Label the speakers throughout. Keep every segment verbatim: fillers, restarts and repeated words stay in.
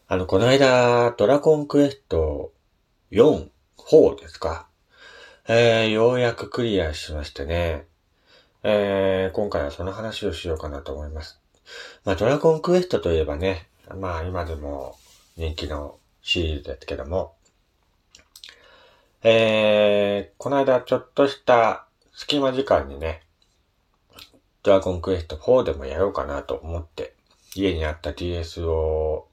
Speaker 1: あの、この間、ドラゴンクエストよん、よんですか。えー、ようやくクリアしましてね。えー、今回はその話をしようかなと思います。まあ、ドラゴンクエストといえばね、まあ、今でも人気のシリーズですけども、えー、この間ちょっとした隙間時間にね、ドラゴンクエストフォーでもやろうかなと思って、家にあった ディーエス を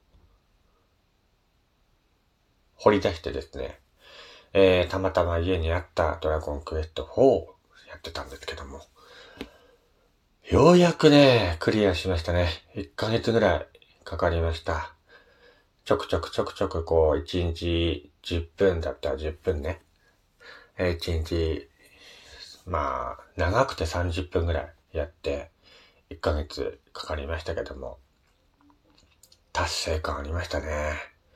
Speaker 1: 掘り出してですね、えー、たまたま家にあったドラゴンクエストフォーをやってたんですけども、ようやくね、クリアしましたね。いっかげつぐらいかかりました。ちょくちょくちょくちょくこう、いちにちじゅっぷんだったらじゅっぷんね。えー、いちにち、まあ、長くてさんじゅっぷんぐらいやって、いっかげつかかりましたけども、達成感ありましたね。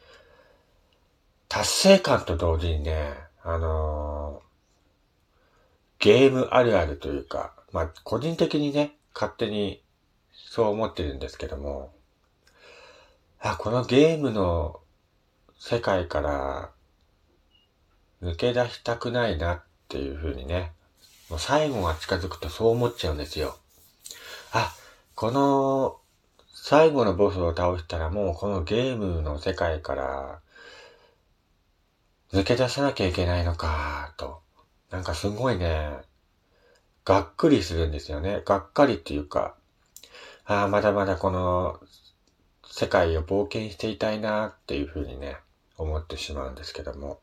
Speaker 1: 達成感と同時にね、あのー、ゲームあるあるというか、まあ、個人的にね、勝手にそう思ってるんですけども、あ、このゲームの世界から抜け出したくないなっていう風にね、もう最後が近づくとそう思っちゃうんですよ。あ、この最後のボスを倒したらもうこのゲームの世界から抜け出さなきゃいけないのかと。なんかすごいね、がっくりするんですよね。がっかりっていうか、ああ、まだまだこの世界を冒険していたいなっていう風にね、思ってしまうんですけども。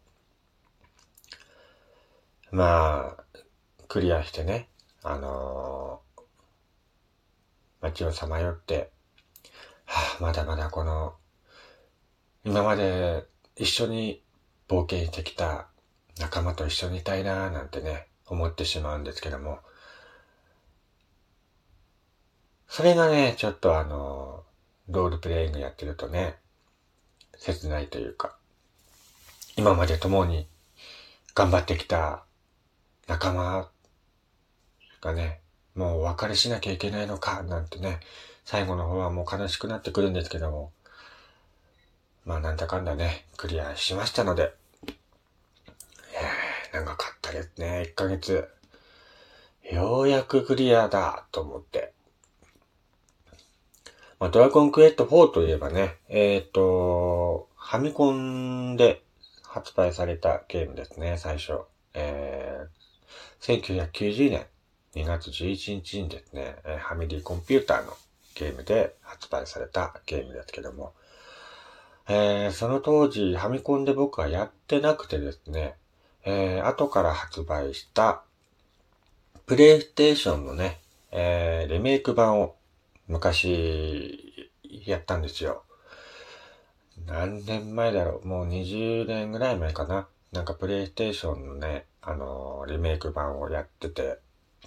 Speaker 1: まあ、クリアしてね、あのー、街をさまよって、はあ、まだまだこの、今まで一緒に冒険してきた仲間と一緒にいたいなーなんてね、思ってしまうんですけども、それがね、ちょっとあのー、ロールプレイングやってるとね、切ないというか、今まで共に頑張ってきた仲間がね、もうお別れしなきゃいけないのか、なんてね、最後の方はもう悲しくなってくるんですけども、まあなんだかんだね、クリアしましたので、えー、長かったですね、いっかげつ。ようやくクリアだと思って。まあ、ドラゴンクエストフォーといえばね、えっと、ファミコンで発売されたゲームですね、最初。えー、せんきゅうひゃくきゅうじゅうねんにがつじゅういちにちにですね、ファミリーコンピューターのゲームで発売されたゲームですけども、えー、その当時、ファミコンで僕はやってなくてですね、えー、後から発売したプレイステーションのね、えー、リメイク版を昔やったんですよ。何年前だろう、もうにじゅうねんぐらい前かな。なんかプレイステーションのね、あのー、リメイク版をやってて、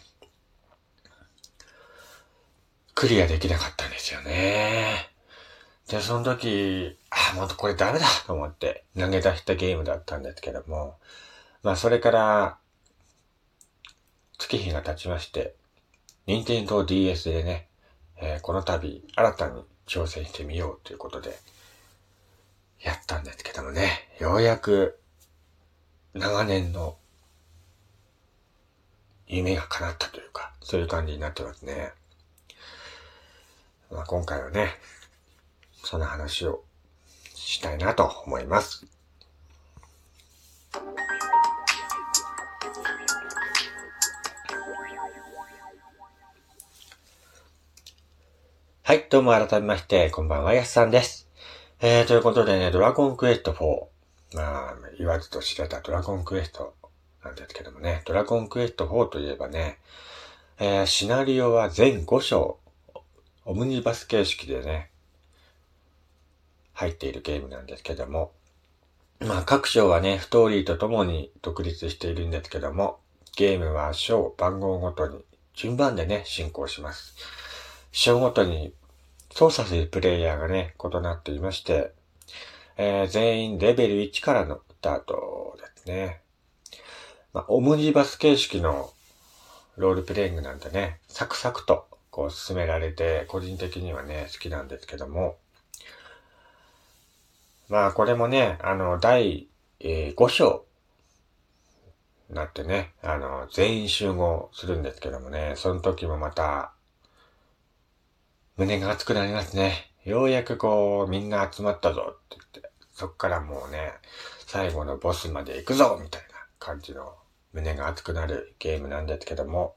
Speaker 1: クリアできなかったんですよね。で、その時、あ、もうこれダメだと思って投げ出したゲームだったんですけども、まあそれから月日が経ちまして、ニンテンドー ディーエス でね、えーこの度新たに挑戦してみようということでやったんですけどもね、ようやく長年の夢が叶ったというか、そういう感じになってますね。まあ、今回はね、その話をしたいなと思います。はい、どうも改めまして、こんばんは、やすさんです。えー、ということでね、ドラゴンクエストフォー。まあ、言わずと知れたドラゴンクエストなんですけどもね、ドラゴンクエストフォーといえばね、えー、シナリオは全ご章、オムニバス形式でね、入っているゲームなんですけども、まあ各章はね、ストーリーとともに独立しているんですけども、ゲームは章、番号ごとに順番でね、進行します。章ごとに操作するプレイヤーがね、異なっていまして、えー、全員レベルいちからのスタートですね。まあ、オムニバス形式のロールプレイングなんてね、サクサクとこう進められて、個人的にはね、好きなんですけども、 まあこれもね、あの、だいご章になってね、あの、全員集合するんですけどもね、その時もまた、胸が熱くなりますね。ようやくこう、みんな集まったぞって言って、そっからもうね、最後のボスまで行くぞみたいな感じの胸が熱くなるゲームなんですけども。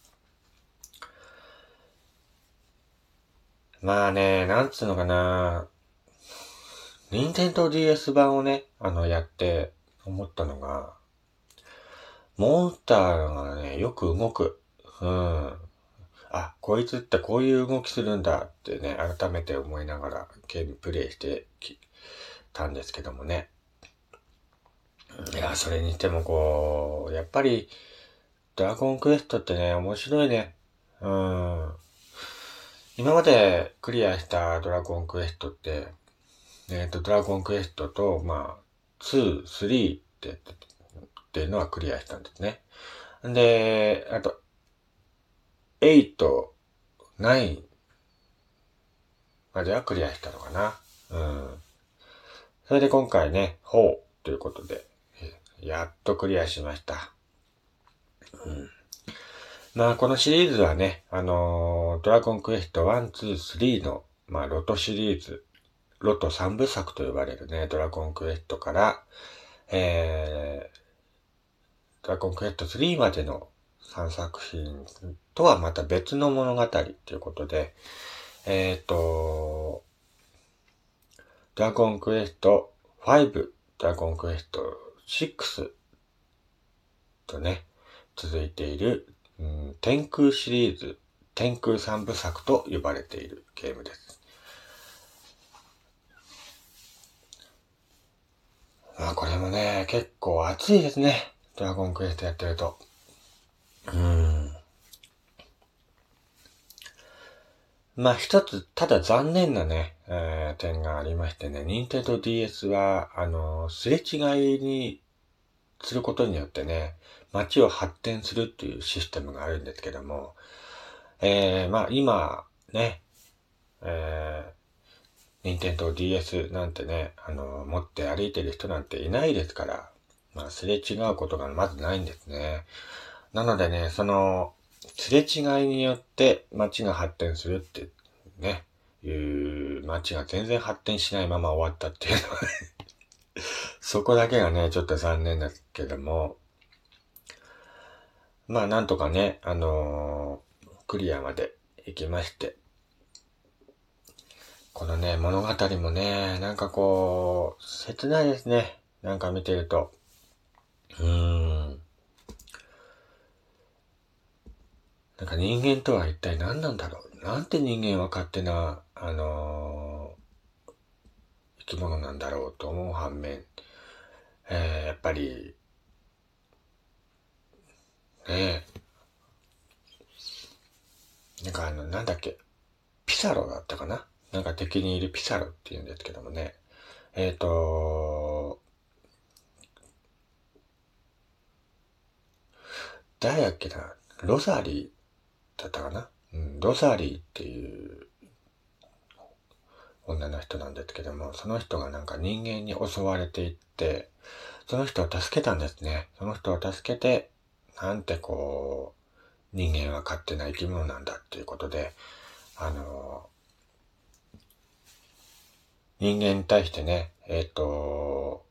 Speaker 1: まあね、なんつうのかな、任天堂 ディーエス 版をね、あの、やって思ったのが、モンスターがね、よく動く。うん。あ、こいつってこういう動きするんだってね、改めて思いながらゲームプレイしてきたんですけどもね。いや、それにしてもこう、やっぱり、ドラゴンクエストってね、面白いね。うん。今までクリアしたドラゴンクエストって、えっと、ドラゴンクエストと、まあ、に、さんって、っていうのはクリアしたんですね。で、あと、はち、きゅうまではクリアしたのかな。うん。それで今回ね、よんということで、やっとクリアしました。うん。まあ、このシリーズはね、あのー、ドラゴンクエストいち、に、さんの、まあ、ロトシリーズ、ロトさんぶ作と呼ばれるね、ドラゴンクエストから、えー、ドラゴンクエストさんまでのさんさく品とはまた別の物語ということで、えっと、ドラゴンクエストご、ドラゴンクエストろくとね、続いている、うん、天空シリーズ、天空三部作と呼ばれているゲームです。まあこれもね、結構熱いですね。ドラゴンクエストやってると。うん。まあ一つ、ただ残念なね、えー、点がありましてね、ニンテンドー ディーエス は、あの、すれ違いにすることによってね、街を発展するっていうシステムがあるんですけども、えー、まあ今、ね、えー、ニンテンドー ディーエス なんてね、あの、持って歩いてる人なんていないですから、まあすれ違うことがまずないんですね。なのでね、その、すれ違いによって街が発展するってね、いう街が全然発展しないまま終わったっていうのはそこだけがね、ちょっと残念ですけども、まあなんとかね、あのークリアまで行きまして、このね、物語もね、なんかこう、切ないですね。なんか見てると。うーん。なんか人間とは一体何なんだろう。なんて人間は勝手な、あのー生き物なんだろうと思う反面、えー、やっぱり、ね、なんかあの、なんだっけ、ピサロだったかな、なんか敵にいるピサロって言うんですけどもね。えっ、ー、と、誰だっけな、ロザリーだったかな、うん、ロザリーっていう女の人なんですけども、その人がなんか人間に襲われていって、その人を助けたんですね。その人を助けて、なんてこう、人間は勝手な生き物なんだっていうことで、あの、人間に対してね、えっ、と、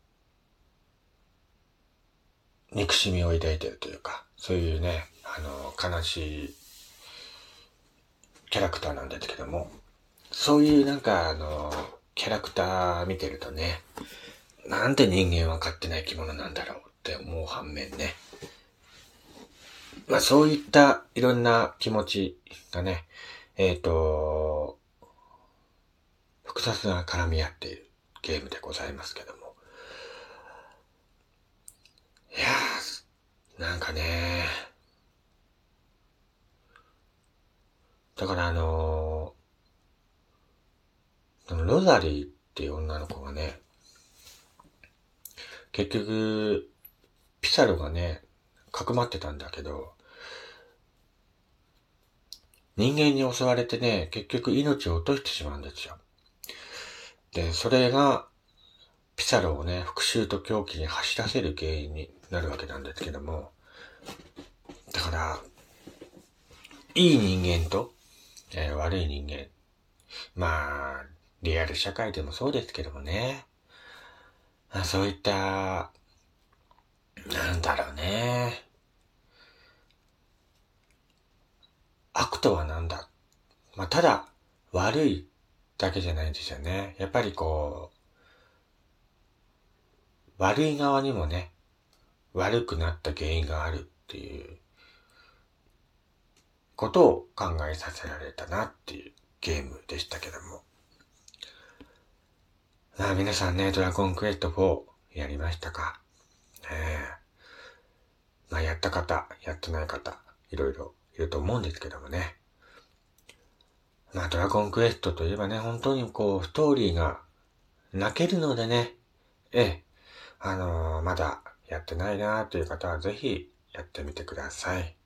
Speaker 1: 憎しみを抱いてるというか、そういうね、あの、悲しいキャラクターなんですけども、そういうなんかあの、キャラクター見てるとね、なんて人間は勝手な生き物なんだろうって思う反面ね、まあそういったいろんな気持ちがね、えっ、と、複雑な絡み合っているゲームでございますけども。いやー、なんかね、だからあのー、そのロザリーっていう女の子がね、結局、ピサロがね、かくまってたんだけど、人間に襲われてね、結局命を落としてしまうんですよ。で、それが、 ピサロをね、復讐と狂気に走らせる原因になるわけなんですけども、だから、いい人間と、えー、悪い人間。まあ、リアル社会でもそうですけどもね。そういった、なんだろうね。悪とは何だ。まあ、ただ、悪いだけじゃないんですよね。やっぱりこう、悪い側にもね、悪くなった原因があるっていうことを考えさせられたなっていうゲームでしたけども。まあ皆さんね、ドラゴンクエストフォーやりましたか？ねえ。まあやった方、やってない方、いろいろいると思うんですけどもね。まあドラゴンクエストといえばね、本当にこう、ストーリーが泣けるのでね、ええ、あのー、まだやってないなという方はぜひやってみてください。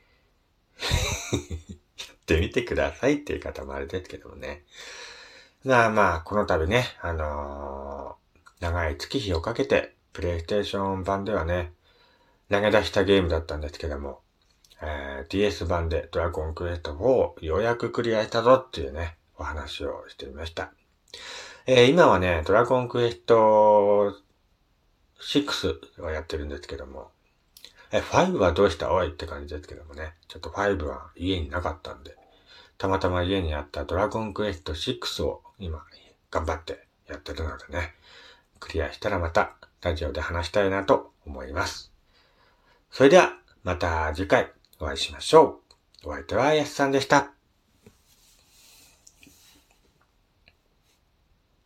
Speaker 1: やってみてくださいっていう方もあれですけどもね。まあまあ、この度ね、あのー、長い月日をかけて、プレイステーション版ではね、投げ出したゲームだったんですけども、えー、ディーエス 版でドラゴンクエストフォーをようやくクリアしたぞっていうね、お話をしてみました。えー、今はね、ドラゴンクエストシックスをやってるんですけども、え、ファイブはどうしたおいって感じですけどもね、ちょっとファイブは家になかったんで、たまたま家にあったドラゴンクエストシックスを今頑張ってやってるのでね、クリアしたらまたラジオで話したいなと思います。それではまた次回お会いしましょう。お相手はやすさんでした。